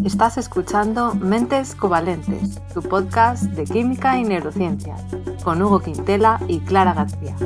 Estás escuchando Mentes Covalentes, tu podcast de química y neurociencia, con Hugo Quintela y Clara García.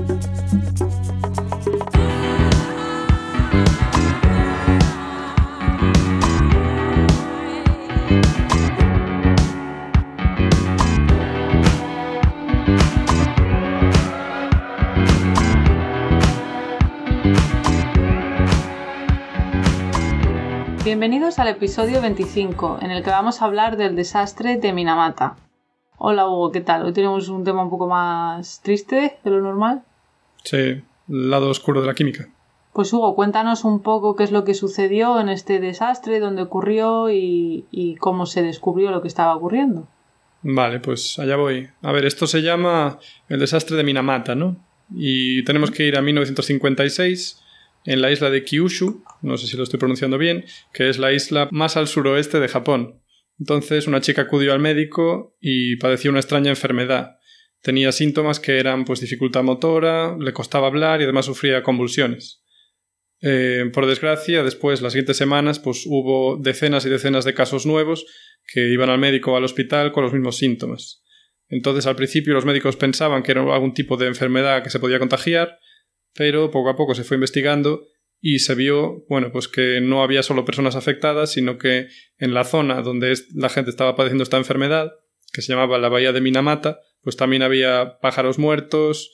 Bienvenidos al episodio 25, en el que vamos a hablar del desastre de Minamata. Hola Hugo, ¿qué tal? Hoy tenemos un tema un poco más triste de lo normal. Sí, el lado oscuro de la química. Pues Hugo, cuéntanos un poco qué es lo que sucedió en este desastre, dónde ocurrió y cómo se descubrió lo que estaba ocurriendo. Vale, pues allá voy. A ver, esto se llama el desastre de Minamata, ¿no? Y tenemos que ir a 1956... en la isla de Kyushu, no sé si lo estoy pronunciando bien, que es la isla más al suroeste de Japón. Entonces una chica acudió al médico y padecía una extraña enfermedad. Tenía síntomas que eran pues dificultad motora, le costaba hablar y además sufría convulsiones. Por desgracia, después, las siguientes semanas, pues hubo decenas y decenas de casos nuevos que iban al médico o al hospital con los mismos síntomas. Entonces al principio los médicos pensaban que era algún tipo de enfermedad que se podía contagiar, pero poco a poco se fue investigando y se vio, bueno, pues que no había solo personas afectadas, sino que en la zona donde la gente estaba padeciendo esta enfermedad, que se llamaba la bahía de Minamata, pues también había pájaros muertos,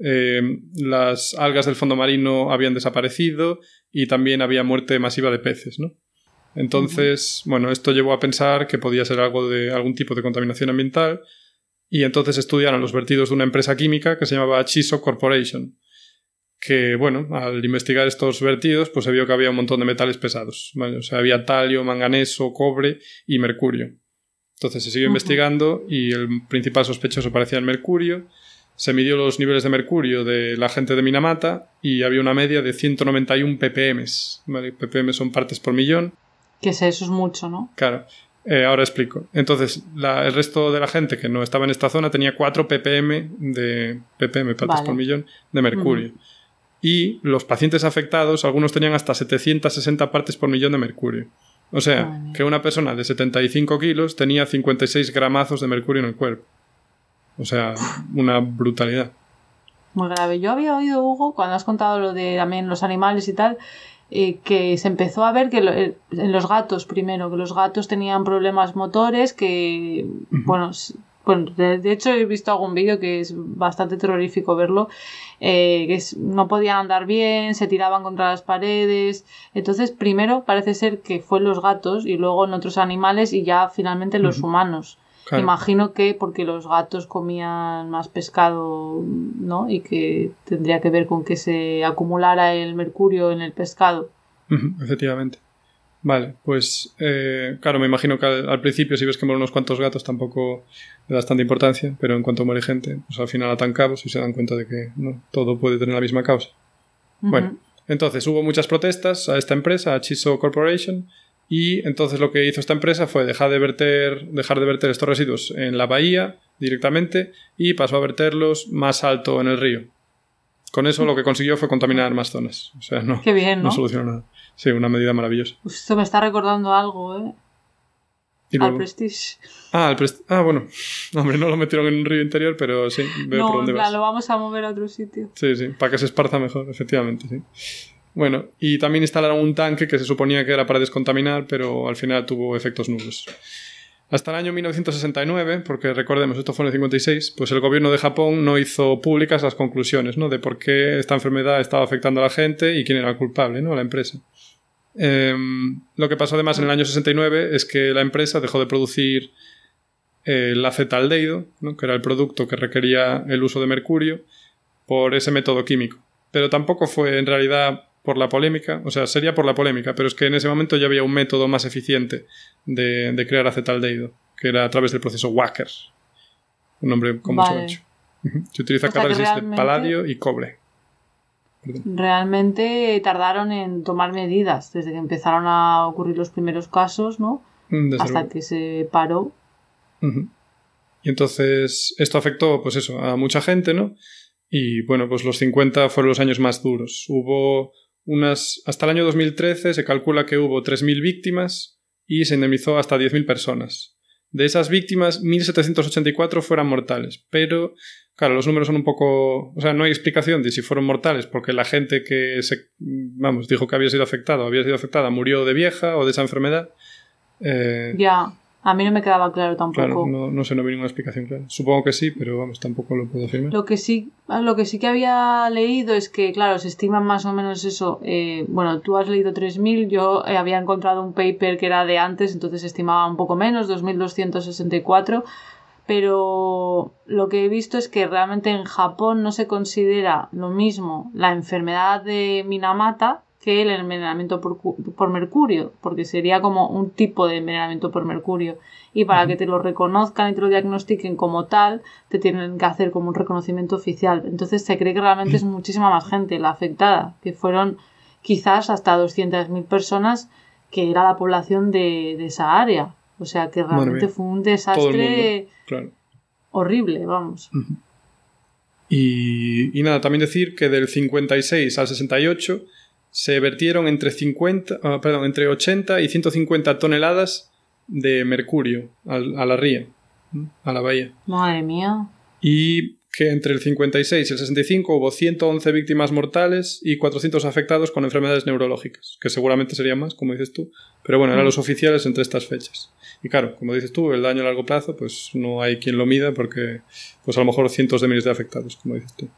las algas del fondo marino habían desaparecido y también había muerte masiva de peces, ¿no? Entonces, bueno, esto llevó a pensar que podía ser algún tipo de contaminación ambiental y entonces estudiaron los vertidos de una empresa química que se llamaba Chiso Corporation, que, bueno, al investigar estos vertidos, pues se vio que había un montón de metales pesados, ¿vale? O sea, había talio, manganeso, cobre y mercurio. Entonces se siguió investigando y el principal sospechoso parecía el mercurio. Se midió los niveles de mercurio de la gente de Minamata y había una media de 191 ppm, ¿vale? ppm son partes por millón. Que sé, eso es mucho, ¿no? Claro. Ahora explico. Entonces, el resto de la gente que no estaba en esta zona tenía 4 ppm, partes por millón, de mercurio. Y los pacientes afectados, algunos tenían hasta 760 partes por millón de mercurio. O sea, que una persona de 75 kilos tenía 56 gramazos de mercurio en el cuerpo. O sea, una brutalidad. Muy grave. Yo había oído, Hugo, cuando has contado lo de también los animales y tal, que se empezó a ver que en los gatos primero, que los gatos tenían problemas motores, que, bueno, de hecho he visto algún vídeo que es bastante terrorífico verlo, no podían andar bien, se tiraban contra las paredes. Entonces primero parece ser que fue en los gatos y luego en otros animales y ya finalmente en los humanos. Claro. Imagino que porque los gatos comían más pescado, ¿no? Y que tendría que ver con que se acumulara el mercurio en el pescado. Efectivamente. Vale, pues claro, me imagino que al principio si ves que mueren unos cuantos gatos tampoco le das tanta importancia, pero en cuanto muere gente, pues al final atan cabos y se dan cuenta de que no todo puede tener la misma causa. Bueno, entonces hubo muchas protestas a esta empresa, a Chiso Corporation, y entonces lo que hizo esta empresa fue dejar de verter estos residuos en la bahía directamente y pasó a verterlos más alto en el río. Con eso lo que consiguió fue contaminar más zonas. O sea, no, qué bien, ¿no? No solucionó nada. Sí, una medida maravillosa. Esto me está recordando algo, ¿eh? Al Prestige. Bueno. Hombre, no lo metieron en un río interior, pero sí, veo por dónde vas. Lo vamos a mover a otro sitio. Sí, para que se esparza mejor, efectivamente, sí. Bueno, y también instalaron un tanque que se suponía que era para descontaminar, pero al final tuvo efectos nulos. Hasta el año 1969, porque recordemos, esto fue en el 56, pues el gobierno de Japón no hizo públicas las conclusiones, ¿no? De por qué esta enfermedad estaba afectando a la gente y quién era el culpable, ¿no? La empresa. Lo que pasó además en el año 69 es que la empresa dejó de producir el acetaldehído, ¿no? Que era el producto que requería el uso de mercurio, por ese método químico. Pero tampoco fue en realidad por la polémica, o sea, sería por la polémica, pero es que en ese momento ya había un método más eficiente de crear acetaldehído, que era a través del proceso Wacker, un nombre con mucho ancho. Se utiliza catálisis de paladio y cobre. Realmente tardaron en tomar medidas desde que empezaron a ocurrir los primeros casos, ¿no? Hasta que se paró. Y entonces esto afectó, pues eso, a mucha gente, ¿no? Y bueno, pues los 50 fueron los años más duros. Hasta el año 2013 se calcula que hubo 3.000 víctimas y se indemnizó hasta 10.000 personas. De esas víctimas, 1.784 fueron mortales, pero claro, los números son un poco... O sea, no hay explicación de si fueron mortales porque la gente que dijo que había sido afectada, murió de vieja o de esa enfermedad. Ya, a mí no me quedaba claro tampoco. Claro, no sé, no vi ninguna explicación clara. Supongo que sí, pero vamos, tampoco lo puedo afirmar. Lo que sí que había leído es que, claro, se estiman más o menos eso. Bueno, tú has leído 3.000, yo había encontrado un paper que era de antes, entonces estimaba un poco menos, 2.264. Pero lo que he visto es que realmente en Japón no se considera lo mismo la enfermedad de Minamata que el envenenamiento por mercurio, porque sería como un tipo de envenenamiento por mercurio. Y para que te lo reconozcan y te lo diagnostiquen como tal, te tienen que hacer como un reconocimiento oficial. Entonces se cree que realmente es muchísima más gente la afectada, que fueron quizás hasta 200.000 personas, que era la población de esa área. O sea que realmente fue un desastre horrible, vamos. Y nada, también decir que del 56 al 68 se vertieron entre 80 y 150 toneladas de mercurio a la ría, a la bahía. Madre mía. Y que entre el 56 y el 65 hubo 111 víctimas mortales y 400 afectados con enfermedades neurológicas, que seguramente serían más, como dices tú, pero bueno, eran los oficiales entre estas fechas. Y claro, como dices tú, el daño a largo plazo, pues no hay quien lo mida porque pues a lo mejor cientos de miles de afectados, como dices tú.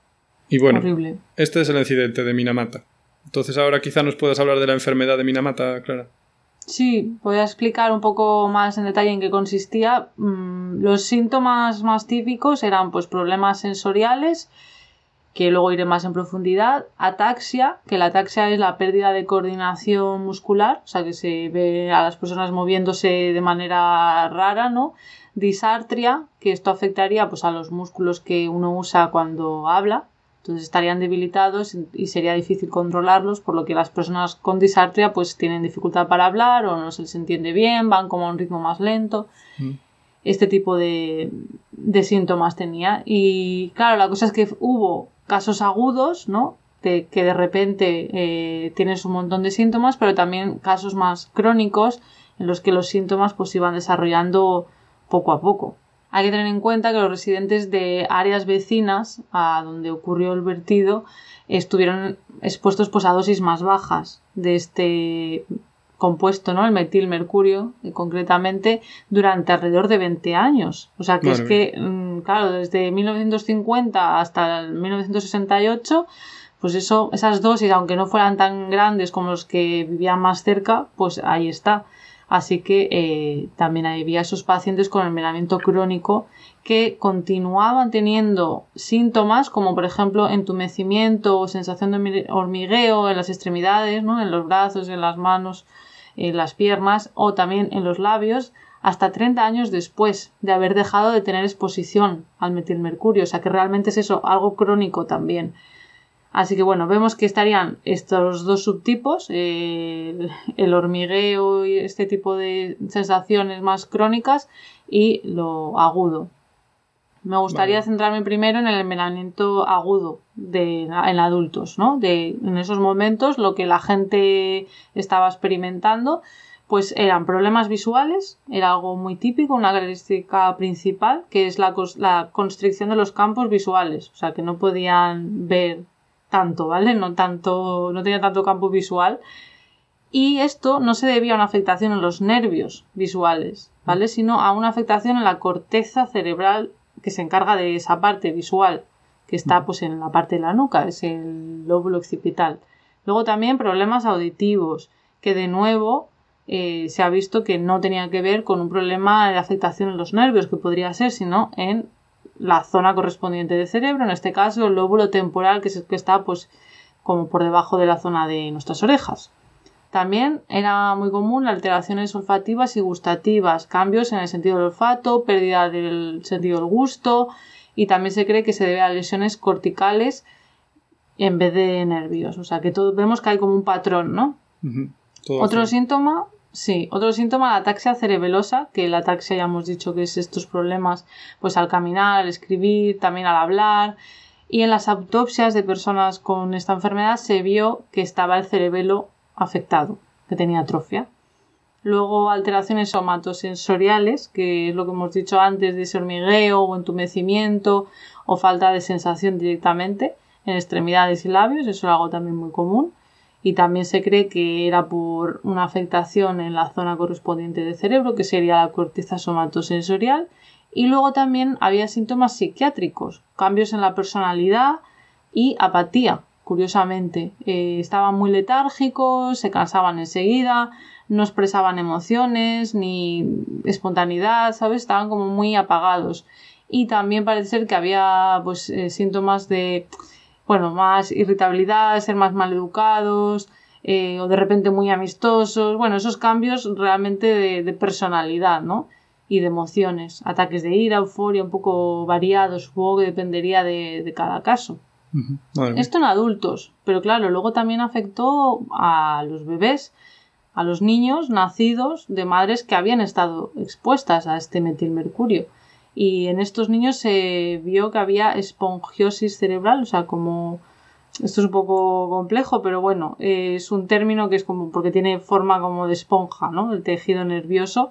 Y bueno, horrible. Este es el incidente de Minamata. Entonces ahora quizá nos puedas hablar de la enfermedad de Minamata, Clara. Sí, voy a explicar un poco más en detalle en qué consistía. Los síntomas más típicos eran pues problemas sensoriales, que luego iré más en profundidad, ataxia, que la ataxia es la pérdida de coordinación muscular, o sea que se ve a las personas moviéndose de manera rara, ¿no? Disartria, que esto afectaría pues a los músculos que uno usa cuando habla. Entonces estarían debilitados y sería difícil controlarlos, por lo que las personas con disartria pues tienen dificultad para hablar o no se les entiende bien, van como a un ritmo más lento. Este tipo de síntomas tenía. Y claro, la cosa es que hubo casos agudos, ¿no? Que de repente tienes un montón de síntomas, pero también casos más crónicos en los que los síntomas pues iban desarrollando poco a poco. Hay que tener en cuenta que los residentes de áreas vecinas a donde ocurrió el vertido estuvieron expuestos pues a dosis más bajas de este compuesto, ¿no? El metilmercurio, concretamente, durante alrededor de 20 años. O sea que es que, claro, desde 1950 hasta 1968, pues esas dosis, aunque no fueran tan grandes como los que vivían más cerca, pues ahí está. Así que también había esos pacientes con envenenamiento crónico que continuaban teniendo síntomas como, por ejemplo, entumecimiento o sensación de hormigueo en las extremidades, ¿no? En los brazos, en las manos, en las piernas o también en los labios, hasta 30 años después de haber dejado de tener exposición al metilmercurio. O sea que realmente es eso, algo crónico también. Así que bueno, vemos que estarían estos dos subtipos, el hormigueo y este tipo de sensaciones más crónicas y lo agudo. Me gustaría centrarme primero en el envenenamiento agudo en adultos, ¿no? En esos momentos lo que la gente estaba experimentando pues eran problemas visuales, era algo muy típico, una característica principal, que es la constricción de los campos visuales, o sea que no podían ver tanto, ¿vale? No tenía tanto campo visual. Y esto no se debía a una afectación en los nervios visuales, ¿vale? Sino a una afectación en la corteza cerebral que se encarga de esa parte visual, que está pues en la parte de la nuca, es el lóbulo occipital. Luego también problemas auditivos, que de nuevo se ha visto que no tenía que ver con un problema de afectación en los nervios, que podría ser, sino en la zona correspondiente del cerebro, en este caso el lóbulo temporal, que es el que está pues como por debajo de la zona de nuestras orejas. También era muy común alteraciones olfativas y gustativas, cambios en el sentido del olfato, pérdida del sentido del gusto, y también se cree que se debe a lesiones corticales en vez de nervios. O sea que vemos que hay como un patrón, ¿no? Otro síntoma, la ataxia cerebelosa, que la ataxia ya hemos dicho que es estos problemas pues al caminar, al escribir, también al hablar. Y en las autopsias de personas con esta enfermedad se vio que estaba el cerebelo afectado, que tenía atrofia. Luego alteraciones somatosensoriales, que es lo que hemos dicho antes, de ese hormigueo o entumecimiento o falta de sensación directamente en extremidades y labios, eso es algo también muy común. Y también se cree que era por una afectación en la zona correspondiente del cerebro, que sería la corteza somatosensorial. Y luego también había síntomas psiquiátricos, cambios en la personalidad y apatía, curiosamente. Estaban muy letárgicos, se cansaban enseguida, no expresaban emociones ni espontaneidad, ¿sabes? Estaban como muy apagados. Y también parece ser que había pues síntomas de, bueno, más irritabilidad, ser más maleducados, o de repente muy amistosos. Bueno, esos cambios realmente de personalidad, ¿no? Y de emociones. Ataques de ira, euforia, un poco variados, supongo que dependería de cada caso. Vale. Esto en adultos, pero claro, luego también afectó a los bebés, a los niños nacidos de madres que habían estado expuestas a este metilmercurio. Y en estos niños se vio que había esponjiosis cerebral, o sea, como... Esto es un poco complejo, pero bueno, es un término que es como porque tiene forma como de esponja, ¿no? El tejido nervioso,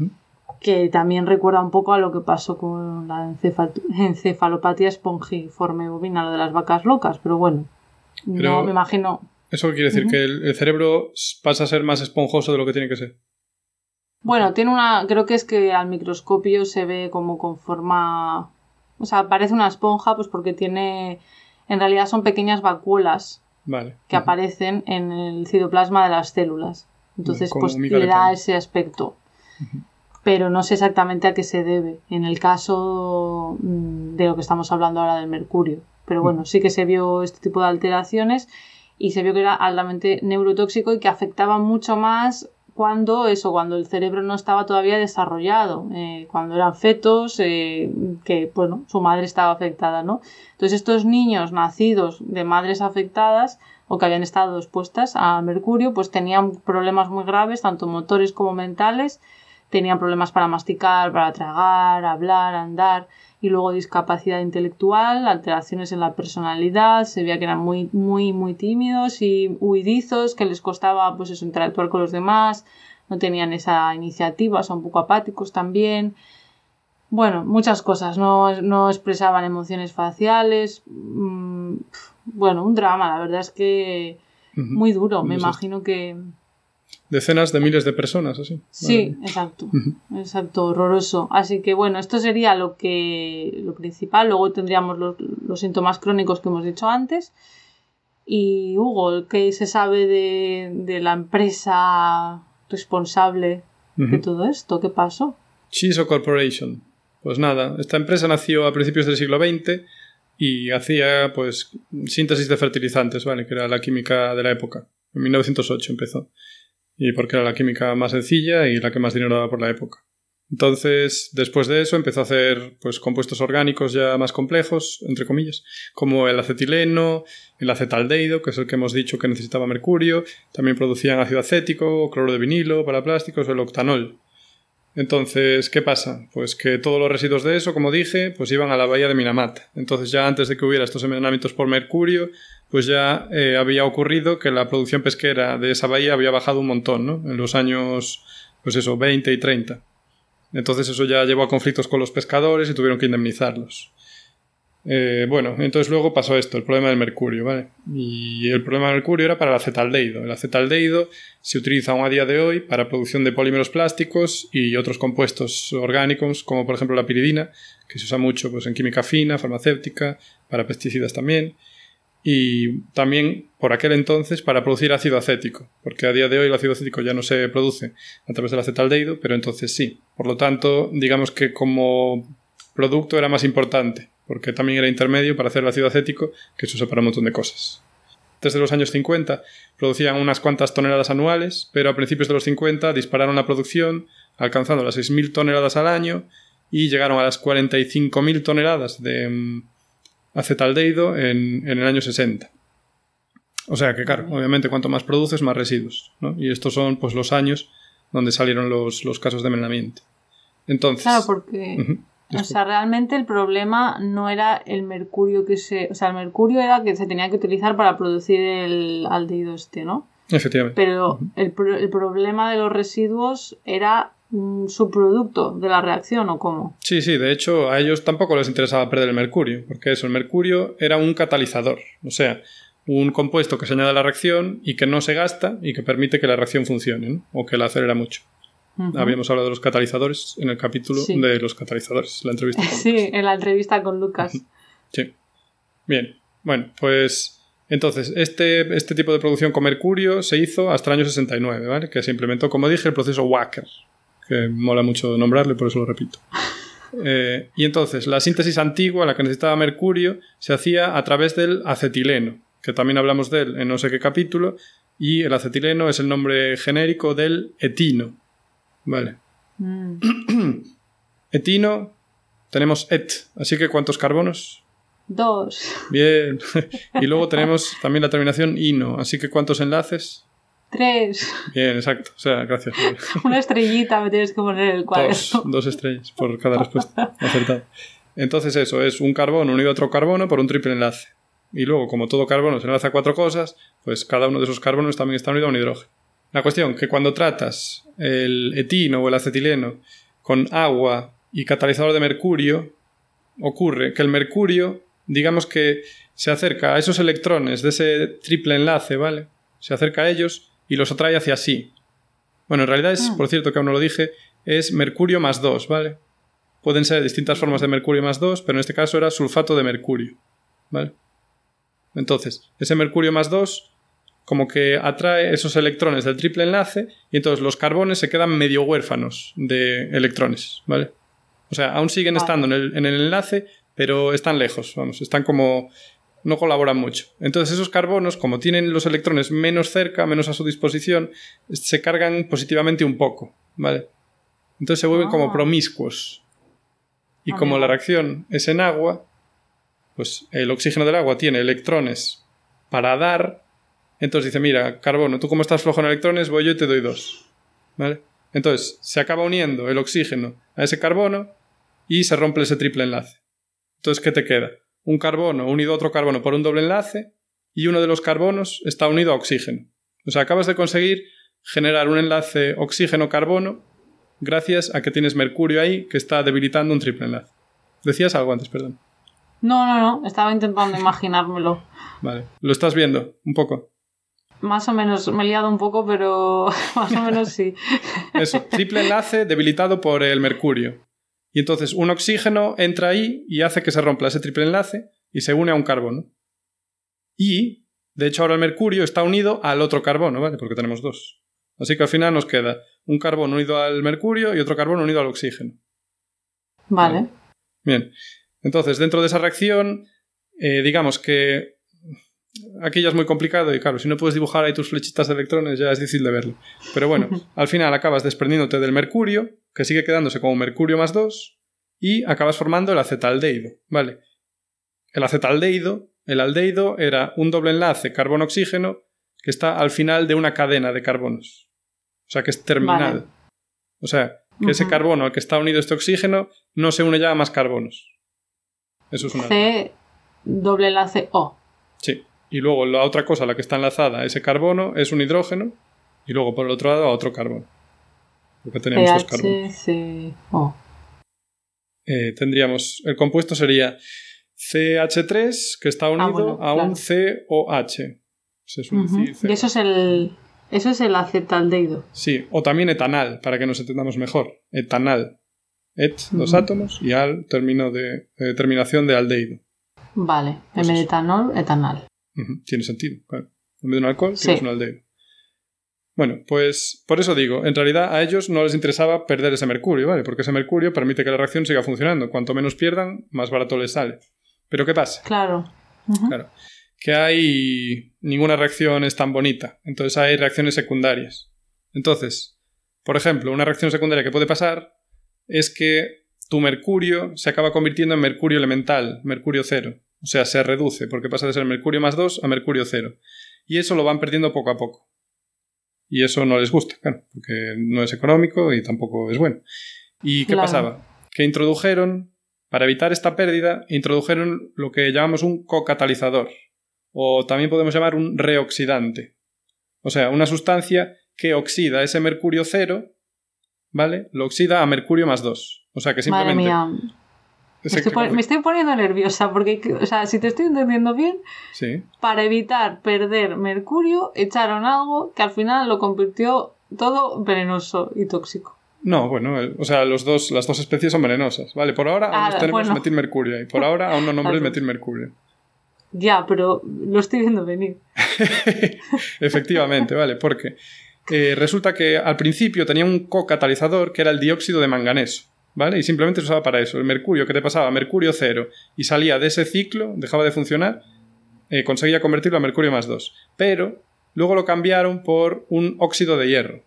que también recuerda un poco a lo que pasó con la encefalopatía espongiforme bovina, lo de las vacas locas, pero bueno, no me imagino... ¿Eso quiere decir que el cerebro pasa a ser más esponjoso de lo que tiene que ser? Bueno, tiene creo que es que al microscopio se ve como con forma, o sea, parece una esponja, pues porque tiene, en realidad son pequeñas vacuolas que aparecen en el citoplasma de las células. Entonces, pues le da ese aspecto. Pero no sé exactamente a qué se debe, en el caso de lo que estamos hablando ahora del mercurio. Pero bueno, sí que se vio este tipo de alteraciones y se vio que era altamente neurotóxico y que afectaba mucho más cuando el cerebro no estaba todavía desarrollado, cuando eran fetos, que bueno, su madre estaba afectada, ¿no? Entonces estos niños nacidos de madres afectadas o que habían estado expuestas a mercurio, pues tenían problemas muy graves, tanto motores como mentales, tenían problemas para masticar, para tragar, hablar, andar, y luego discapacidad intelectual, alteraciones en la personalidad, se veía que eran muy, muy, muy tímidos y huidizos, que les costaba pues eso, interactuar con los demás, no tenían esa iniciativa, son un poco apáticos también. Bueno, muchas cosas, no expresaban emociones faciales. Bueno, un drama, la verdad es que muy duro, me imagino que... Decenas de miles de personas, así. Sí, exacto. Exacto, horroroso. Así que bueno, esto sería lo principal. Luego tendríamos los síntomas crónicos que hemos dicho antes. Y Hugo, ¿qué se sabe de la empresa responsable de todo esto? ¿Qué pasó? Chiso Corporation. Pues nada, esta empresa nació a principios del siglo XX y hacía pues síntesis de fertilizantes, ¿vale? Que era la química de la época. En 1908 empezó. Y porque era la química más sencilla y la que más dinero daba por la época. Entonces, después de eso, empezó a hacer pues compuestos orgánicos ya más complejos, entre comillas, como el acetileno, el acetaldehído, que es el que hemos dicho que necesitaba mercurio. También producían ácido acético, cloro de vinilo para plásticos o el octanol. Entonces, ¿qué pasa? Pues que todos los residuos de eso, como dije, pues iban a la bahía de Minamata. Entonces, ya antes de que hubiera estos envenenamientos por mercurio, pues ya había ocurrido que la producción pesquera de esa bahía había bajado un montón, ¿no? En los años, pues eso, 20 y 30. Entonces eso ya llevó a conflictos con los pescadores y tuvieron que indemnizarlos. Bueno, entonces luego pasó esto, el problema del mercurio, ¿vale? Y el problema del mercurio era para el acetaldehído. El acetaldehído se utiliza aún a día de hoy para producción de polímeros plásticos y otros compuestos orgánicos, como por ejemplo la piridina, que se usa mucho pues, en química fina, farmacéutica, para pesticidas también. Y también por aquel entonces para producir ácido acético, porque a día de hoy el ácido acético ya no se produce a través del acetaldehído, pero entonces sí. Por lo tanto, digamos que como producto era más importante, porque también era intermedio para hacer el ácido acético, que se usa para un montón de cosas. Desde los años 50 producían unas cuantas toneladas anuales, pero a principios de los 50 dispararon la producción, alcanzando las 6.000 toneladas al año y llegaron a las 45.000 toneladas de acetaldehído en el año 60. O sea que, claro, obviamente cuanto más produces, más residuos, ¿no? Y estos son pues los años donde salieron los casos de envenenamiento. Entonces... Claro, porque... O sea, realmente el problema no era el mercurio o sea, el mercurio era que se tenía que utilizar para producir el aldehído ¿no? Efectivamente. Pero el problema de los residuos era un subproducto de la reacción, ¿o cómo? Sí, de hecho a ellos tampoco les interesaba perder el mercurio, porque el mercurio era un catalizador, o sea, un compuesto que se añade a la reacción y que no se gasta y que permite que la reacción funcione, ¿no? O que la acelera mucho. Habíamos hablado de los catalizadores en el capítulo de los catalizadores, la entrevista con Lucas. Sí, en la entrevista con Lucas. Sí. Bien, bueno, pues entonces este tipo de producción con mercurio se hizo hasta el año 69, ¿vale? Que se implementó, como dije, el proceso Wacker, que mola mucho nombrarlo y por eso lo repito. Y entonces la síntesis antigua, la que necesitaba mercurio, se hacía a través del acetileno, que también hablamos de él en no sé qué capítulo, y el acetileno es el nombre genérico del etino. Vale. Etino, tenemos et, así que ¿cuántos carbonos? 2. Bien. Y luego tenemos también la terminación ino, así que ¿cuántos enlaces? 3. Bien, exacto. O sea, gracias. Una estrellita me tienes que poner en el cuaderno. 2 estrellas por cada respuesta. Acertado. Entonces eso es un carbono unido a otro carbono por un triple enlace. Y luego, como todo carbono se enlaza a 4 cosas, pues cada uno de esos carbonos también está unido a un hidrógeno. La cuestión que cuando tratas el etino o el acetileno con agua y catalizador de mercurio, ocurre que el mercurio, digamos que se acerca a esos electrones de ese triple enlace, ¿vale? Se acerca a ellos y los atrae hacia sí. Bueno, en realidad es, por cierto que aún no lo dije, es mercurio más 2, ¿vale? Pueden ser distintas formas de mercurio más 2, pero en este caso era sulfato de mercurio, ¿vale? Entonces, ese mercurio más 2 como que atrae esos electrones del triple enlace y entonces los carbones se quedan medio huérfanos de electrones, ¿vale? O sea, aún siguen estando en el enlace, pero están lejos, vamos, están como... no colaboran mucho. Entonces esos carbonos, como tienen los electrones menos cerca, menos a su disposición, se cargan positivamente un poco, ¿vale? Entonces se vuelven como promiscuos. Y como la reacción es en agua, pues el oxígeno del agua tiene electrones para dar. Entonces dice, mira, carbono, tú como estás flojo en electrones, voy yo y te doy 2. ¿Vale? Entonces se acaba uniendo el oxígeno a ese carbono y se rompe ese triple enlace. Entonces, ¿qué te queda? Un carbono unido a otro carbono por un doble enlace y uno de los carbonos está unido a oxígeno. O sea, acabas de conseguir generar un enlace oxígeno-carbono gracias a que tienes mercurio ahí que está debilitando un triple enlace. ¿Decías algo antes, perdón? No, estaba intentando imaginármelo. Vale, ¿lo estás viendo un poco? Más o menos, me he liado un poco, pero más o menos sí. Eso, triple enlace debilitado por el mercurio. Y entonces un oxígeno entra ahí y hace que se rompa ese triple enlace y se une a un carbono. Y, de hecho, ahora el mercurio está unido al otro carbono, ¿vale? Porque tenemos 2. Así que al final nos queda un carbono unido al mercurio y otro carbono unido al oxígeno. Vale. Bien. Entonces, dentro de esa reacción, digamos que aquí ya es muy complicado y claro, si no puedes dibujar ahí tus flechitas de electrones ya es difícil de verlo. Pero bueno, al final acabas desprendiéndote del mercurio, que sigue quedándose como mercurio más 2, y acabas formando el acetaldehído, ¿vale? El acetaldehído, el aldehído era un doble enlace carbono-oxígeno que está al final de una cadena de carbonos. O sea, que es terminal. Vale. O sea, que ese carbono al que está unido este oxígeno no se une ya a más carbonos. Eso es una... C, doble enlace O. Sí. Y luego la otra cosa a la que está enlazada ese carbono es un hidrógeno y luego por el otro lado a otro carbono. Porque tenemos dos carbonos. CHCO. Tendríamos... El compuesto sería CH3 que está unido a un COH. Se suele decir y eso es el acetaldehído. Sí, o también etanal, para que nos entendamos mejor. Etanal. Dos átomos y al término de terminación de aldehído. Vale, pues en vez de etanol, etanal. Tiene sentido, claro. En vez de un alcohol, tienes un aldehído. Bueno, pues por eso digo, en realidad a ellos no les interesaba perder ese mercurio, ¿vale? Porque ese mercurio permite que la reacción siga funcionando. Cuanto menos pierdan, más barato les sale. ¿Pero qué pasa? Claro. Claro. Que hay... Ninguna reacción es tan bonita. Entonces hay reacciones secundarias. Entonces, por ejemplo, una reacción secundaria que puede pasar es que tu mercurio se acaba convirtiendo en mercurio elemental, mercurio 0. O sea, se reduce, porque pasa de ser mercurio más 2 a mercurio 0. Y eso lo van perdiendo poco a poco. Y eso no les gusta, claro, porque no es económico y tampoco es bueno. ¿Y qué pasaba? Que introdujeron, para evitar esta pérdida, introdujeron lo que llamamos un cocatalizador. O también podemos llamar un reoxidante. O sea, una sustancia que oxida ese mercurio 0, ¿vale? Lo oxida a mercurio más 2. O sea, que simplemente... Madre mía. Me estoy poniendo nerviosa porque, o sea, si te estoy entendiendo bien, sí. Para evitar perder mercurio, echaron algo que al final lo convirtió todo venenoso y tóxico. No, bueno, o sea, las dos especies son venenosas, ¿vale? Por ahora aún nos tenemos metilmercurio ahí. Por ahora aún no nombres metilmercurio. Ya, pero lo estoy viendo venir. Efectivamente, ¿vale? Porque resulta que al principio tenía un cocatalizador que era el dióxido de manganeso, ¿vale? Y simplemente se usaba para eso. El mercurio que te pasaba a mercurio 0 y salía de ese ciclo, dejaba de funcionar, conseguía convertirlo a mercurio más 2. Pero luego lo cambiaron por un óxido de hierro.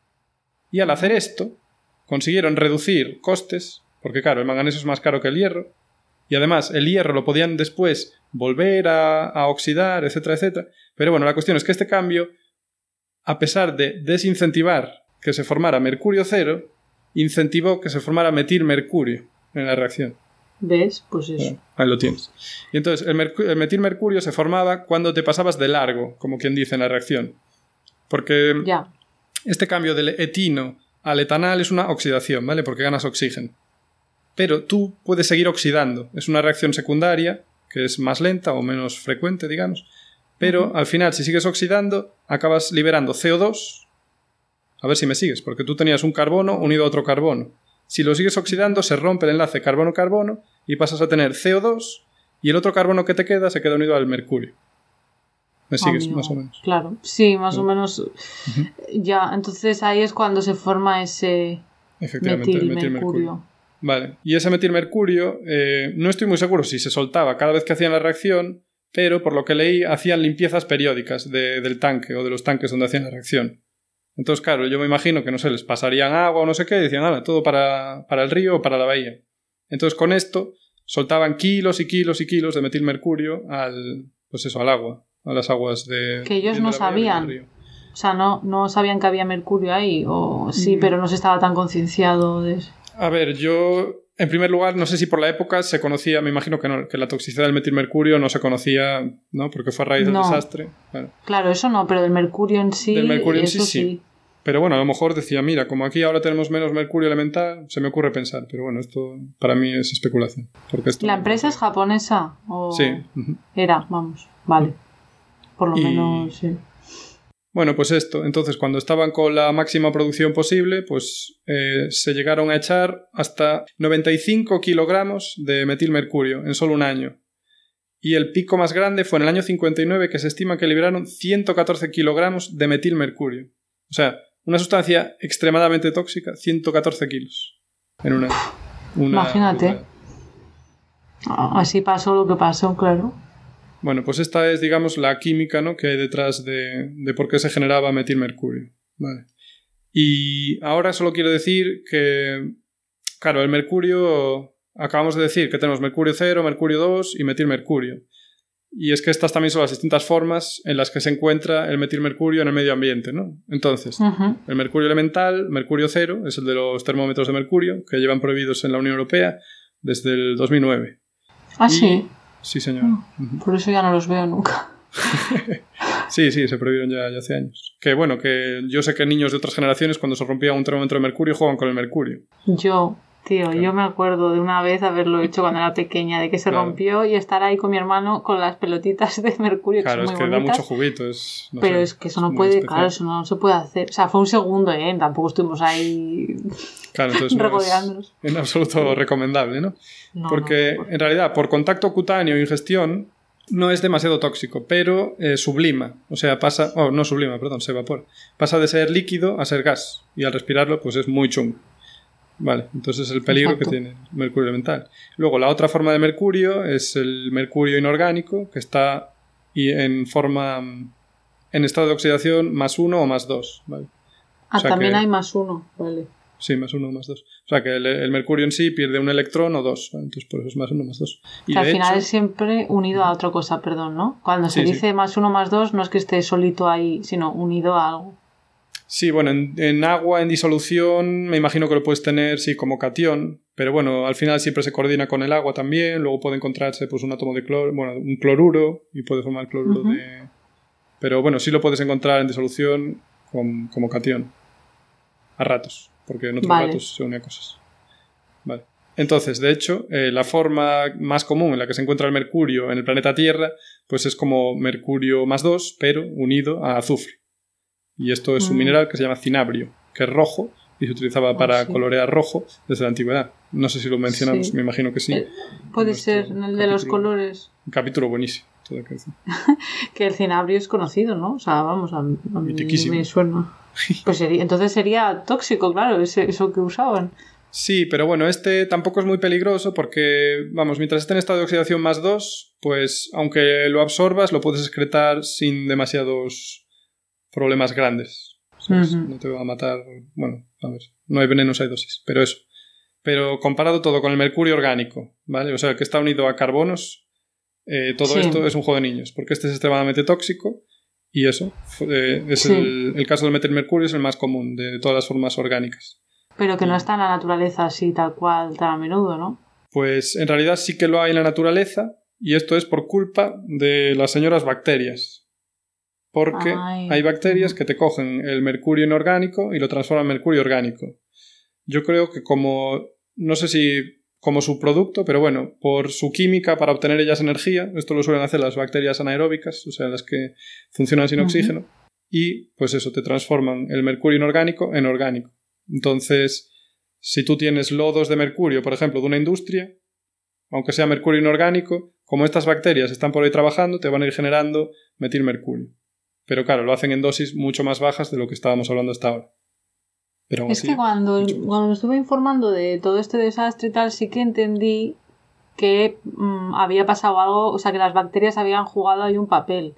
Y al hacer esto, consiguieron reducir costes, porque claro, el manganeso es más caro que el hierro, y además el hierro lo podían después volver a oxidar, etcétera, etcétera. Pero bueno, la cuestión es que este cambio, a pesar de desincentivar que se formara mercurio 0, incentivó que se formara metilmercurio en la reacción. ¿Ves? Pues eso. Bueno, ahí lo tienes. Y entonces el metilmercurio se formaba cuando te pasabas de largo, como quien dice en la reacción. Porque este cambio del etino al etanal es una oxidación, ¿vale? Porque ganas oxígeno. Pero tú puedes seguir oxidando. Es una reacción secundaria que es más lenta o menos frecuente, digamos. Pero al final, si sigues oxidando, acabas liberando CO2. A ver si me sigues, porque tú tenías un carbono unido a otro carbono. Si lo sigues oxidando, se rompe el enlace carbono-carbono y pasas a tener CO2 y el otro carbono que te queda se queda unido al mercurio. ¿Me sigues, más o menos? Claro, sí, más o menos. Ya, entonces ahí es cuando se forma ese metilmercurio. Vale, y ese metilmercurio, no estoy muy seguro si se soltaba cada vez que hacían la reacción, pero por lo que leí hacían limpiezas periódicas del tanque o de los tanques donde hacían la reacción. Entonces, claro, yo me imagino que, no sé, les pasarían agua o no sé qué y decían, nada, todo para el río o para la bahía. Entonces, con esto soltaban kilos y kilos y kilos de metilmercurio al agua, a las aguas de... Que ellos no sabían. O sea, no sabían que había mercurio ahí, o sí, pero no se estaba tan concienciado de eso. A ver, yo, en primer lugar, no sé si por la época se conocía, me imagino que no, que la toxicidad del metilmercurio no se conocía, ¿no? Porque fue a raíz del desastre. Bueno. Claro, eso no, pero del mercurio en sí... Del mercurio en sí. Pero bueno, a lo mejor decía, mira, como aquí ahora tenemos menos mercurio elemental, se me ocurre pensar. Pero bueno, esto para mí es especulación. Porque esto ¿La empresa es japonesa? ¿O sí. Era, vamos, vale. Por lo menos, sí. Bueno, pues esto. Entonces, cuando estaban con la máxima producción posible, pues se llegaron a echar hasta 95 kilogramos de metilmercurio en solo un año. Y el pico más grande fue en el año 59, que se estima que liberaron 114 kilogramos de metilmercurio. O sea, una sustancia extremadamente tóxica, 114 kilos en un año. Imagínate. Así pasó lo que pasó, claro. Bueno, pues esta es, digamos, la química, ¿no?, que hay detrás de por qué se generaba metilmercurio. Vale. Y ahora solo quiero decir que, claro, el mercurio, acabamos de decir que tenemos mercurio 0, mercurio 2 y metilmercurio. Y es que estas también son las distintas formas en las que se encuentra el metilmercurio en el medio ambiente, ¿no? Entonces, el mercurio elemental, mercurio 0, es el de los termómetros de mercurio, que llevan prohibidos en la Unión Europea desde el 2009. ¿Ah, sí? Sí, señor. Por eso ya no los veo nunca. Sí, se prohibieron ya hace años. Que bueno, que yo sé que niños de otras generaciones cuando se rompía un termómetro de mercurio juegan con el mercurio. Tío, yo me acuerdo de una vez haberlo hecho cuando era pequeña, de que se rompió y estar ahí con mi hermano con las pelotitas de mercurio. Claro, que es son muy que bonitas, da mucho juguito. Pero es que eso no puede, claro, eso no se puede hacer. O sea, fue un segundo, tampoco estuvimos ahí regodeándonos. No es en absoluto recomendable, ¿no? Porque en realidad, por contacto cutáneo o ingestión, no es demasiado tóxico, pero sublima. O sea, se evapora. Pasa de ser líquido a ser gas. Y al respirarlo, pues es muy chungo. Vale, entonces es el peligro que tiene el mercurio elemental. Luego, la otra forma de mercurio es el mercurio inorgánico, que está en estado de oxidación +1 o +2, ¿vale? También hay +1, vale. Sí, +1 o +2. O sea que el mercurio en sí pierde un electrón o dos, ¿vale? Entonces por eso es +1 +2. Y al final es siempre unido a otra cosa, perdón, ¿no? Cuando se dice +1 +2 no es que esté solito ahí, sino unido a algo. Sí, bueno, en agua, en disolución, me imagino que lo puedes tener, sí, como catión, pero bueno, al final siempre se coordina con el agua también, luego puede encontrarse pues un átomo de un cloruro, y puede formar cloruro Pero bueno, sí lo puedes encontrar en disolución como catión. A ratos, porque en otros ratos se une a cosas. Vale. Entonces, de hecho, la forma más común en la que se encuentra el mercurio en el planeta Tierra, pues es como mercurio más 2, pero unido a azufre. Y esto es un mineral que se llama cinabrio, que es rojo y se utilizaba para colorear rojo desde la antigüedad. No sé si lo mencionamos, me imagino que sí. Puede ser, en el de los colores. Un capítulo buenísimo. Todo que decir. Que el cinabrio es conocido, ¿no? O sea, vamos, a mí me suena. Pues entonces sería tóxico, claro, eso que usaban. Sí, pero bueno, este tampoco es muy peligroso porque, vamos, mientras esté en estado de oxidación más 2, pues aunque lo absorbas, lo puedes excretar sin demasiados problemas grandes. ¿Sabes? No te va a matar. Bueno, a ver, no hay venenos, hay dosis, pero eso. Pero comparado todo con el mercurio orgánico, ¿vale? O sea, el que está unido a carbonos, todo esto es un juego de niños, porque este es extremadamente tóxico y eso, el caso del metilmercurio es el más común de todas las formas orgánicas. Pero que no está en la naturaleza así tal cual, tan a menudo, ¿no? Pues en realidad sí que lo hay en la naturaleza y esto es por culpa de las señoras bacterias. Porque hay bacterias que te cogen el mercurio inorgánico y lo transforman en mercurio orgánico. Yo creo que no sé si como subproducto, pero bueno, por su química para obtener ellas energía, esto lo suelen hacer las bacterias anaeróbicas, o sea, las que funcionan sin oxígeno, y pues eso, te transforman el mercurio inorgánico en orgánico. Entonces, si tú tienes lodos de mercurio, por ejemplo, de una industria, aunque sea mercurio inorgánico, como estas bacterias están por ahí trabajando, te van a ir generando metilmercurio. Pero claro, lo hacen en dosis mucho más bajas de lo que estábamos hablando hasta ahora. Pero es que cuando me estuve informando de todo este desastre y tal, sí que entendí que había pasado algo, o sea, que las bacterias habían jugado ahí un papel.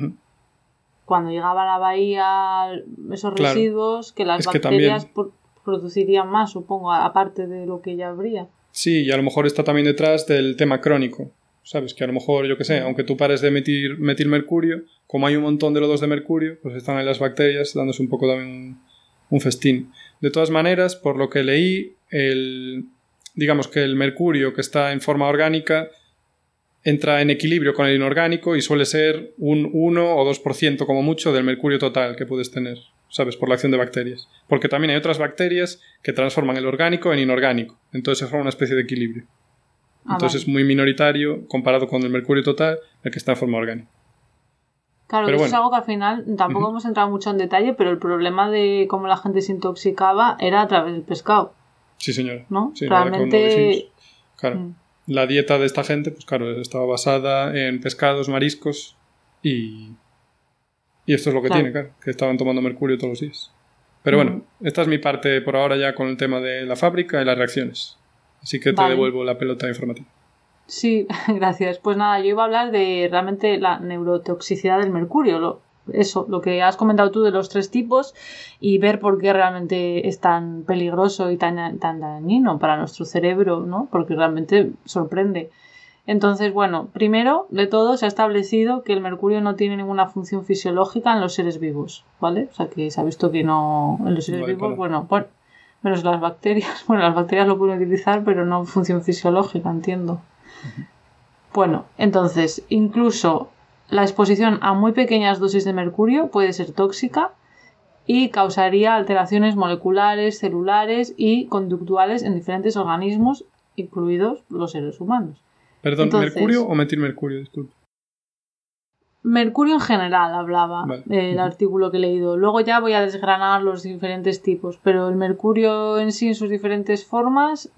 Cuando llegaba a la bahía esos residuos, que las bacterias producirían más, supongo, aparte de lo que ya habría. Sí, y a lo mejor está también detrás del tema crónico. ¿Sabes? Que a lo mejor, yo qué sé, aunque tú pares de emitir metilmercurio, como hay un montón de lodos de mercurio, pues están ahí las bacterias dándose un poco también un festín. De todas maneras, por lo que leí, digamos que el mercurio que está en forma orgánica entra en equilibrio con el inorgánico y suele ser un 1 o 2% como mucho del mercurio total que puedes tener, ¿sabes? Por la acción de bacterias. Porque también hay otras bacterias que transforman el orgánico en inorgánico. Entonces se forma una especie de equilibrio. Entonces es muy minoritario comparado con el mercurio total, el que está en forma orgánica. Claro, pero eso es algo que al final tampoco hemos entrado mucho en detalle, pero el problema de cómo la gente se intoxicaba era a través del pescado. Sí, señora. ¿No? Sí, realmente... Claro. La dieta de esta gente, pues claro, estaba basada en pescados, mariscos y esto es lo que tiene, claro, que estaban tomando mercurio todos los días. Pero bueno, esta es mi parte por ahora ya con el tema de la fábrica y las reacciones. Así que te devuelvo la pelota informativa. Sí, gracias. Pues nada, yo iba a hablar de realmente la neurotoxicidad del mercurio, lo que has comentado tú de los 3 tipos y ver por qué realmente es tan peligroso y tan dañino para nuestro cerebro, ¿no? Porque realmente sorprende. Entonces, bueno, primero de todo se ha establecido que el mercurio no tiene ninguna función fisiológica en los seres vivos, ¿vale? O sea que se ha visto que no en los seres vivos, menos las bacterias. Bueno, las bacterias lo pueden utilizar, pero no función fisiológica, entiendo. Bueno, entonces, incluso la exposición a muy pequeñas dosis de mercurio puede ser tóxica y causaría alteraciones moleculares, celulares y conductuales en diferentes organismos, incluidos los seres humanos. Perdón, entonces, ¿mercurio o metilmercurio? Disculpe. Mercurio en general hablaba el artículo que he leído. Luego ya voy a desgranar los diferentes tipos, pero el mercurio en sí en sus diferentes formas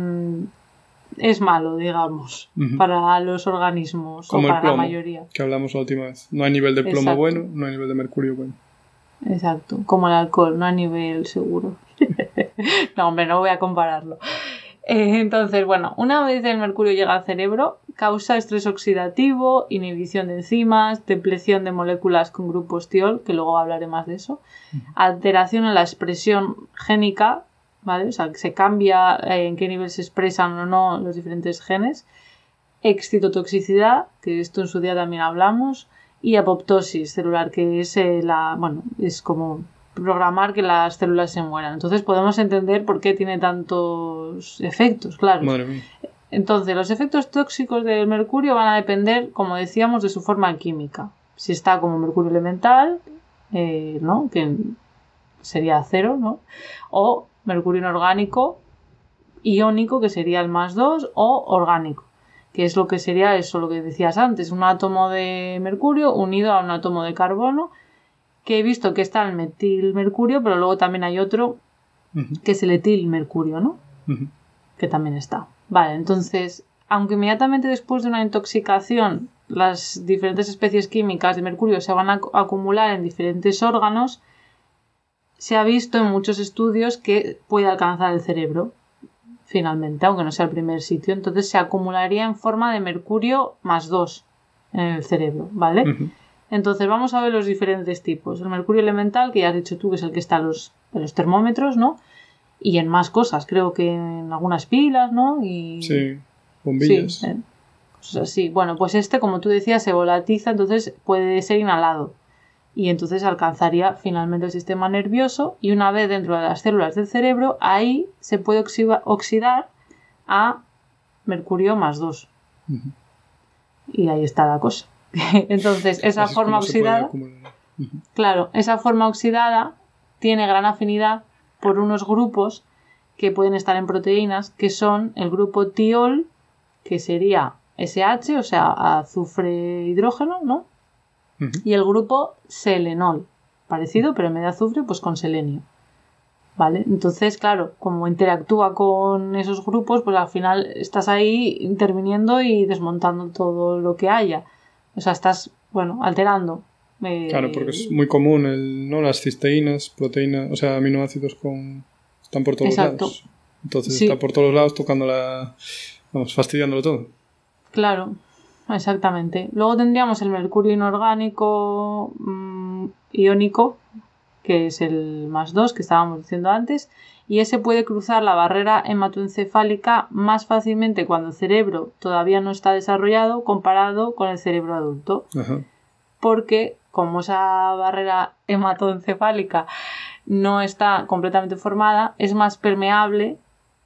es malo, digamos, para los organismos. Como o para el plomo, la mayoría. Que hablamos la última vez. No hay nivel de plomo bueno, no hay nivel de mercurio bueno. Exacto, como el alcohol, no hay nivel seguro. No, hombre, no voy a compararlo. Entonces, bueno, una vez el mercurio llega al cerebro, causa estrés oxidativo, inhibición de enzimas, depleción de moléculas con grupos tiol, que luego hablaré más de eso, alteración en la expresión génica, ¿vale? O sea, que se cambia en qué nivel se expresan o no los diferentes genes, excitotoxicidad, que esto en su día también hablamos, y apoptosis celular, que es es como programar que las células se mueran. Entonces podemos entender por qué tiene tantos efectos, claro. Madre mía. Entonces, los efectos tóxicos del mercurio van a depender, como decíamos, de su forma química, si está como mercurio elemental, ¿no? Que sería 0, ¿no? O mercurio inorgánico iónico, que sería el +2, o orgánico, que es lo que sería eso, lo que decías antes, un átomo de mercurio unido a un átomo de carbono, que he visto que está el metilmercurio, pero luego también hay otro que es el etilmercurio, ¿no? Que también está. Vale, entonces, aunque inmediatamente después de una intoxicación las diferentes especies químicas de mercurio se van a acumular en diferentes órganos, se ha visto en muchos estudios que puede alcanzar el cerebro, finalmente, aunque no sea el primer sitio. Entonces se acumularía en forma de mercurio +2 en el cerebro, ¿vale? Entonces vamos a ver los diferentes tipos. El mercurio elemental, que ya has dicho tú, que es el que está en los termómetros, ¿no? Y en más cosas, creo que en algunas pilas, ¿no? Sí, bombillas. Sí, cosas así. Bueno, pues como tú decías, se volatiza, entonces puede ser inhalado. Y entonces alcanzaría finalmente el sistema nervioso, y una vez dentro de las células del cerebro, ahí se puede oxidar a mercurio +2. Y ahí está la cosa. Entonces, esa forma oxidada, claro, esa forma oxidada tiene gran afinidad por unos grupos que pueden estar en proteínas, que son el grupo tiol, que sería SH, o sea, azufre hidrógeno, ¿no? Y el grupo selenol, parecido, pero en vez de azufre, pues con selenio. ¿Vale? Entonces, claro, como interactúa con esos grupos, pues al final estás ahí interviniendo y desmontando todo lo que haya. O sea, estás, alterando. Claro, porque es muy común ¿no? Las cisteínas, proteínas, o sea, aminoácidos están por todos lados. Entonces sí. Está por todos lados fastidiándolo todo. Claro. Exactamente. Luego tendríamos el mercurio inorgánico iónico, que es el +2 que estábamos diciendo antes, y ese puede cruzar la barrera hematoencefálica más fácilmente cuando el cerebro todavía no está desarrollado comparado con el cerebro adulto. Porque como esa barrera hematoencefálica no está completamente formada, es más permeable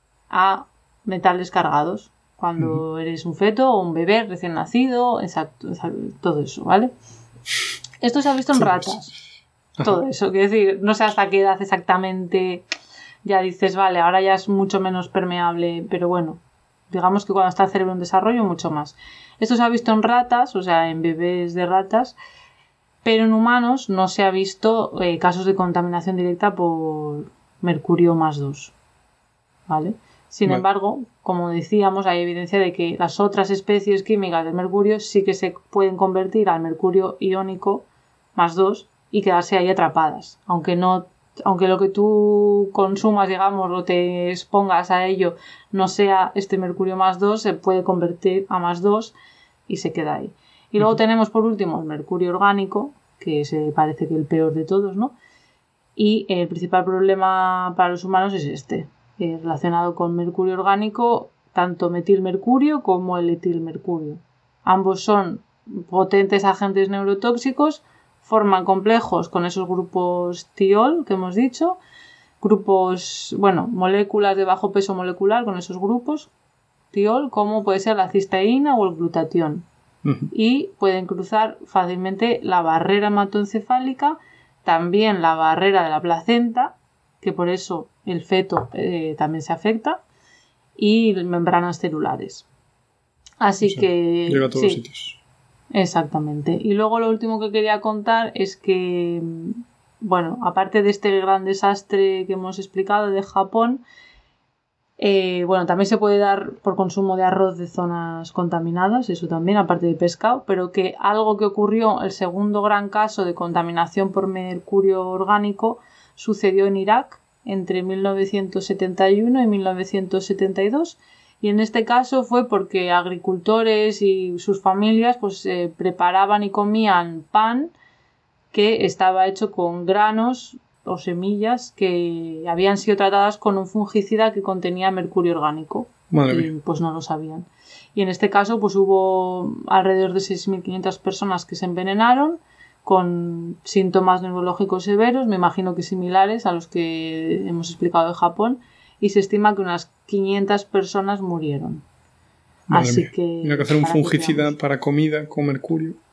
a metales cargados. Cuando eres un feto o un bebé recién nacido, exacto, todo eso, ¿vale? Esto se ha visto en ratas. Todo eso, quiero decir, no sé hasta qué edad exactamente ya dices, vale, ahora ya es mucho menos permeable, pero bueno, digamos que cuando está el cerebro en desarrollo, mucho más. Esto se ha visto en ratas, o sea, en bebés de ratas, pero en humanos no se ha visto casos de contaminación directa por mercurio +2, ¿vale? Sin embargo, como decíamos, hay evidencia de que las otras especies químicas del mercurio sí que se pueden convertir al mercurio iónico +2 y quedarse ahí atrapadas. Aunque lo que tú consumas, digamos, o te expongas a ello no sea este mercurio +2, se puede convertir a +2 y se queda ahí. Y luego tenemos por último el mercurio orgánico, que se parece que el peor de todos, ¿no? Y el principal problema para los humanos es relacionado con mercurio orgánico, tanto metilmercurio como el etilmercurio. Ambos son potentes agentes neurotóxicos, forman complejos con esos grupos tiol que hemos dicho, moléculas de bajo peso molecular con esos grupos tiol, como puede ser la cisteína o el glutatión. Y pueden cruzar fácilmente la barrera hematoencefálica, también la barrera de la placenta, que por eso el feto también se afecta, y membranas celulares. Así que llega a todos los sitios. Exactamente. Y luego lo último que quería contar es que, aparte de este gran desastre que hemos explicado de Japón, también se puede dar por consumo de arroz de zonas contaminadas, eso también, aparte de pescado, pero que algo que ocurrió, el segundo gran caso de contaminación por mercurio orgánico, sucedió en Irak entre 1971 y 1972, y en este caso fue porque agricultores y sus familias preparaban y comían pan que estaba hecho con granos o semillas que habían sido tratadas con un fungicida que contenía mercurio orgánico. Madre mía. Y no lo sabían. Y en este caso hubo alrededor de 6.500 personas que se envenenaron con síntomas neurológicos severos, me imagino que similares a los que hemos explicado de Japón, y se estima que unas 500 personas murieron. Madre Así mía. que... Mira que hacer un fungicida para comida con mercurio.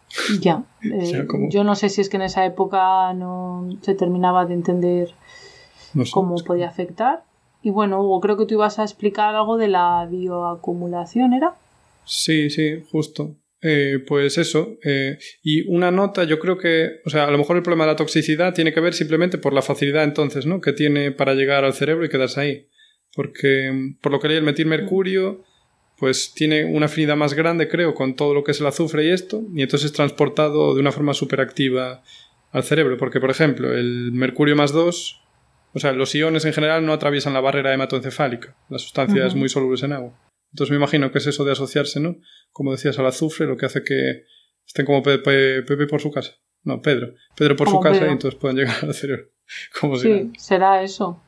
Ya. O sea, como... Yo no sé si es que en esa época no se terminaba de entender No sé, cómo es que- podía afectar. Y bueno, Hugo, creo que tú ibas a explicar algo de la bioacumulación, ¿era? Sí, sí, justo. Pues eso. Y una nota, yo creo que, o sea, a lo mejor el problema de la toxicidad tiene que ver simplemente por la facilidad entonces, ¿no? Que tiene para llegar al cerebro y quedarse ahí. Porque, por lo que leí, el metilmercurio, pues tiene una afinidad más grande, creo, con todo lo que es el azufre y esto, y entonces es transportado de una forma superactiva al cerebro. Porque, por ejemplo, el mercurio más 2, o sea, los iones en general no atraviesan la barrera hematoencefálica, las sustancias muy solubles en agua. Entonces me imagino que es eso de asociarse, ¿no? Como decías, al azufre, lo que hace que estén como Pepe por su casa. No, Pedro. Pedro por Como su casa Pedro. y entonces pueden llegar al cerebro. Como si Sí, nada. será eso.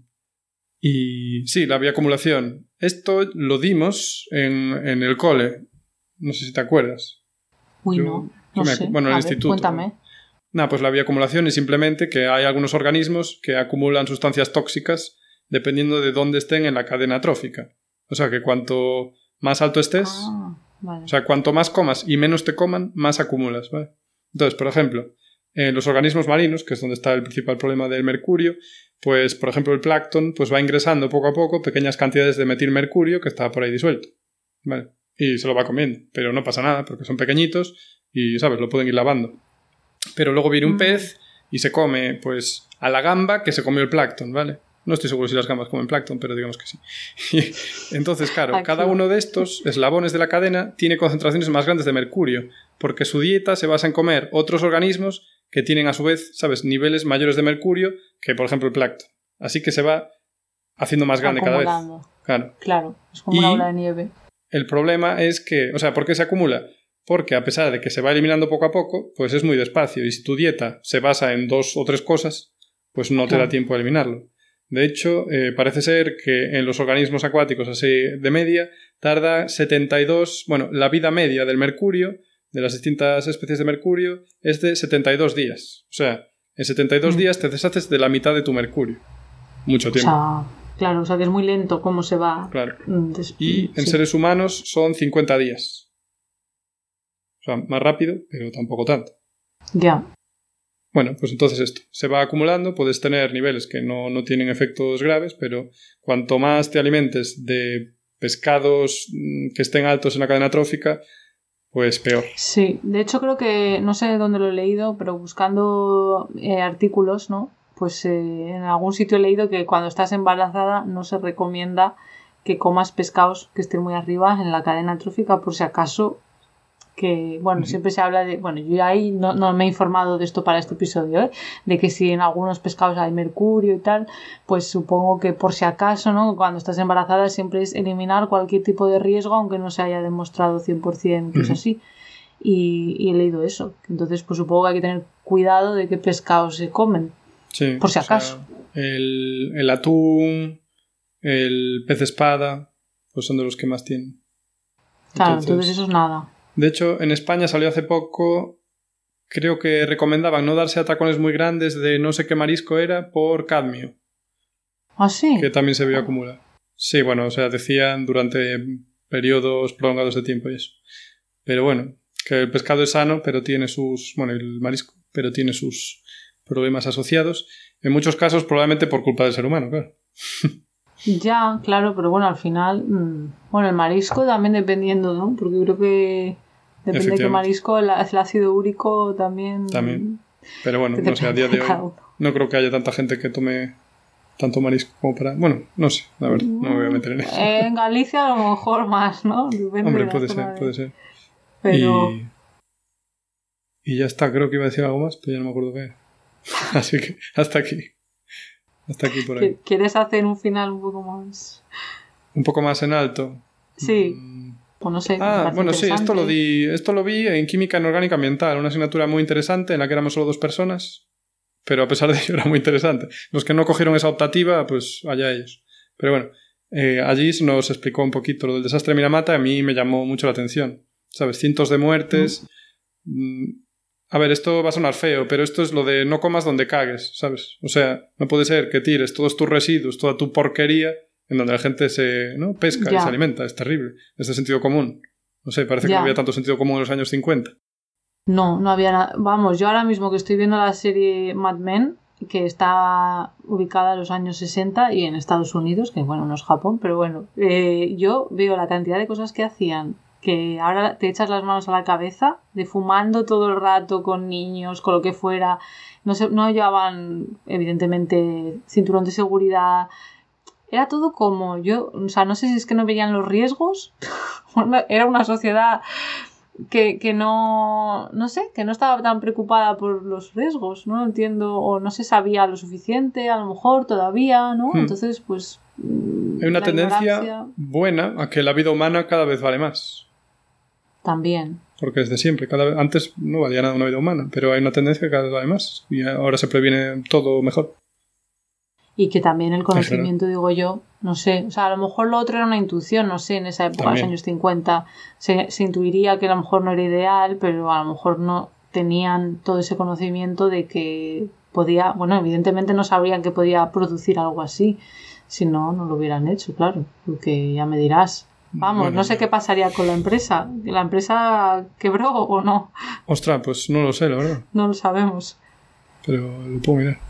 Y sí, la bioacumulación. Esto lo dimos en el cole. No sé si te acuerdas. Uy, Yo- no. yo No me sé. bueno, en A el ver, instituto. cuéntame. Nada, pues la bioacumulación es simplemente que hay algunos organismos que acumulan sustancias tóxicas dependiendo de dónde estén en la cadena trófica. O sea que cuanto más alto estés, Ah, vale. o sea, cuanto más comas y menos te coman, más acumulas, ¿vale? Entonces, por ejemplo, en los organismos marinos, que es donde está el principal problema del mercurio, pues, por ejemplo, el plancton pues va ingresando poco a poco pequeñas cantidades de metilmercurio que está por ahí disuelto, ¿vale? Y se lo va comiendo, pero no pasa nada porque son pequeñitos y, ¿sabes?, lo pueden ir lavando. Pero luego viene un pez y se come, pues, a la gamba que se comió el plancton, ¿vale? No estoy seguro si las gambas comen plancton, pero digamos que sí. Y entonces, claro, Aquí. cada uno de estos eslabones de la cadena tiene concentraciones más grandes de mercurio, porque su dieta se basa en comer otros organismos que tienen a su vez, ¿sabes?, niveles mayores de mercurio que, por ejemplo, el plancton. Así que se va haciendo más grande cada vez. Acumulando. Claro. Claro, es como una bola de nieve. El problema es que, o sea, ¿por qué se acumula? Porque a pesar de que se va eliminando poco a poco, pues es muy despacio. Y si tu dieta se basa en 2 o 3 cosas, pues no te da tiempo a eliminarlo. De hecho, parece ser que en los organismos acuáticos así de media tarda 72... Bueno, la vida media del mercurio, de las distintas especies de mercurio, es de 72 días. O sea, en 72 días te deshaces de la mitad de tu mercurio. Mucho tiempo. O sea, claro, o sea que es muy lento cómo se va. Claro. Y en seres humanos son 50 días. O sea, más rápido, pero tampoco tanto. Ya. Bueno, pues entonces esto. Se va acumulando, puedes tener niveles que no tienen efectos graves, pero cuanto más te alimentes de pescados que estén altos en la cadena trófica, pues peor. Sí, de hecho creo que, no sé dónde lo he leído, pero buscando artículos, ¿no? Pues en algún sitio he leído que cuando estás embarazada no se recomienda que comas pescados que estén muy arriba en la cadena trófica por si acaso que, bueno, siempre se habla de, bueno, yo ahí no me he informado de esto para este episodio, de que si en algunos pescados hay mercurio y tal, pues supongo que por si acaso, ¿no? Cuando estás embarazada siempre es eliminar cualquier tipo de riesgo, aunque no se haya demostrado 100% que es así. Y he leído eso. Entonces, pues supongo que hay que tener cuidado de qué pescados se comen. Sí, por si acaso. O sea, el atún, el pez espada, pues son de los que más tienen. Claro, entonces eso es nada. De hecho, en España salió hace poco, creo que recomendaban no darse atracones muy grandes de no sé qué marisco era por cadmio. ¿Ah, sí? Que también se vio acumular. Sí, bueno, o sea, decían durante periodos prolongados de tiempo y eso. Pero bueno, que el pescado es sano, pero tiene sus... Bueno, el marisco, pero tiene sus problemas asociados. En muchos casos probablemente por culpa del ser humano, claro. Ya, claro, pero bueno, al final... Bueno, el marisco también dependiendo, ¿no? Porque creo que... Depende de qué marisco, el ácido úrico también... También. Pero bueno, no sé, a día de hoy no creo que haya tanta gente que tome tanto marisco como para... Bueno, no sé, la verdad, no me voy a meter en eso. En Galicia a lo mejor más, ¿no? Depende. Hombre, puede ser. Pero... Y ya está, creo que iba a decir algo más, pero ya no me acuerdo qué era. Así que hasta aquí. Hasta aquí por ahí. ¿Quieres hacer un final un poco más? Un poco más en alto. Sí. Pues no sé. Bueno, sí, esto lo vi en Química Inorgánica Ambiental, una asignatura muy interesante en la que éramos solo 2 personas, pero a pesar de ello era muy interesante. Los que no cogieron esa optativa, pues allá ellos. Pero bueno, allí se nos explicó un poquito lo del desastre de Minamata, a mí me llamó mucho la atención. ¿Sabes? Cientos de muertes. A ver, esto va a sonar feo, pero esto es lo de no comas donde cagues, ¿sabes? O sea, no puede ser que tires todos tus residuos, toda tu porquería en donde la gente pesca y se alimenta. Es terrible. Es de sentido común. No sé, parece que no había tanto sentido común en los años 50. No había nada. Vamos, yo ahora mismo que estoy viendo la serie Mad Men, que está ubicada en los años 60 y en Estados Unidos, que bueno, no es Japón, pero bueno, yo veo la cantidad de cosas que hacían, que ahora te echas las manos a la cabeza, de fumando todo el rato con niños, con lo que fuera, no llevaban evidentemente cinturón de seguridad, era todo como yo, o sea, no sé si es que no veían los riesgos, era una sociedad que no sé, que no estaba tan preocupada por los riesgos, no entiendo, o no se sabía lo suficiente, a lo mejor todavía, ¿no? Entonces, pues... Hay una tendencia buena a que la vida humana cada vez vale más. También. Porque desde siempre, antes no valía nada una vida humana, pero hay una tendencia que cada vez vale más y ahora se previene todo mejor. Y que también el conocimiento, digo yo, no sé, o sea, a lo mejor lo otro era una intuición, no sé, en esa época, en los años 50, se intuiría que a lo mejor no era ideal, pero a lo mejor no tenían todo ese conocimiento de que podía, bueno, evidentemente no sabrían que podía producir algo así, si no, no lo hubieran hecho, claro, porque ya me dirás. Vamos, bueno, no sé qué pasaría con la empresa. ¿La empresa quebró o no? Ostras, pues no lo sé, la verdad. No lo sabemos. Pero lo puedo mirar.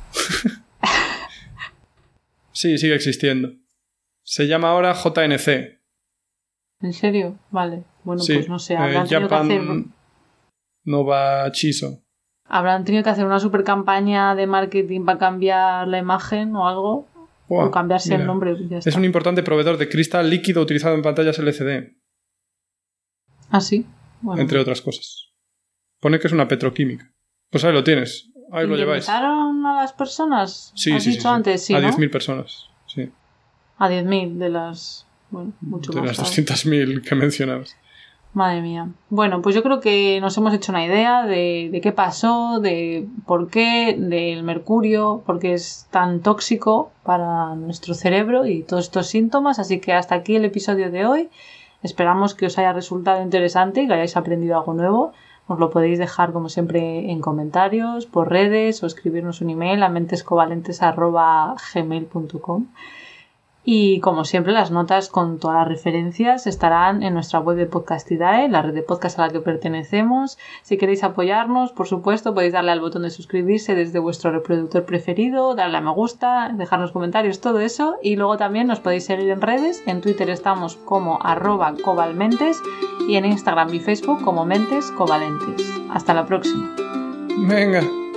Sí, sigue existiendo. Se llama ahora JNC. ¿En serio? Vale. Bueno, sí, pues no sé. Habrán tenido que hacer... Nova Chiso. Habrán tenido que hacer una super campaña de marketing para cambiar la imagen o algo. O cambiarse el nombre. Ya está. Es un importante proveedor de cristal líquido utilizado en pantallas LCD. Ah, sí. Bueno. Entre otras cosas. Pone que es una petroquímica. Pues ahí lo tienes. Ahí lo lleváis. ¿Inventaron a las personas? Sí, ¿Has dicho antes? Sí, a ¿no? 10.000 personas. Sí. A 10.000 de las... Bueno, mucho de más. De las 200.000 que mencionabas. Madre mía. Bueno, pues yo creo que nos hemos hecho una idea de qué pasó, de por qué, del mercurio, por qué es tan tóxico para nuestro cerebro y todos estos síntomas. Así que hasta aquí el episodio de hoy. Esperamos que os haya resultado interesante y que hayáis aprendido algo nuevo. Os lo podéis dejar, como siempre, en comentarios, por redes o escribirnos un email a mentescovalentes@gmail.com. Y, como siempre, las notas con todas las referencias estarán en nuestra web de Podcastidae, la red de podcast a la que pertenecemos. Si queréis apoyarnos, por supuesto, podéis darle al botón de suscribirse desde vuestro reproductor preferido, darle a me gusta, dejarnos comentarios, todo eso. Y luego también nos podéis seguir en redes. En Twitter estamos como @covalmentes y en Instagram y Facebook como Mentes Covalentes. Hasta la próxima. Venga.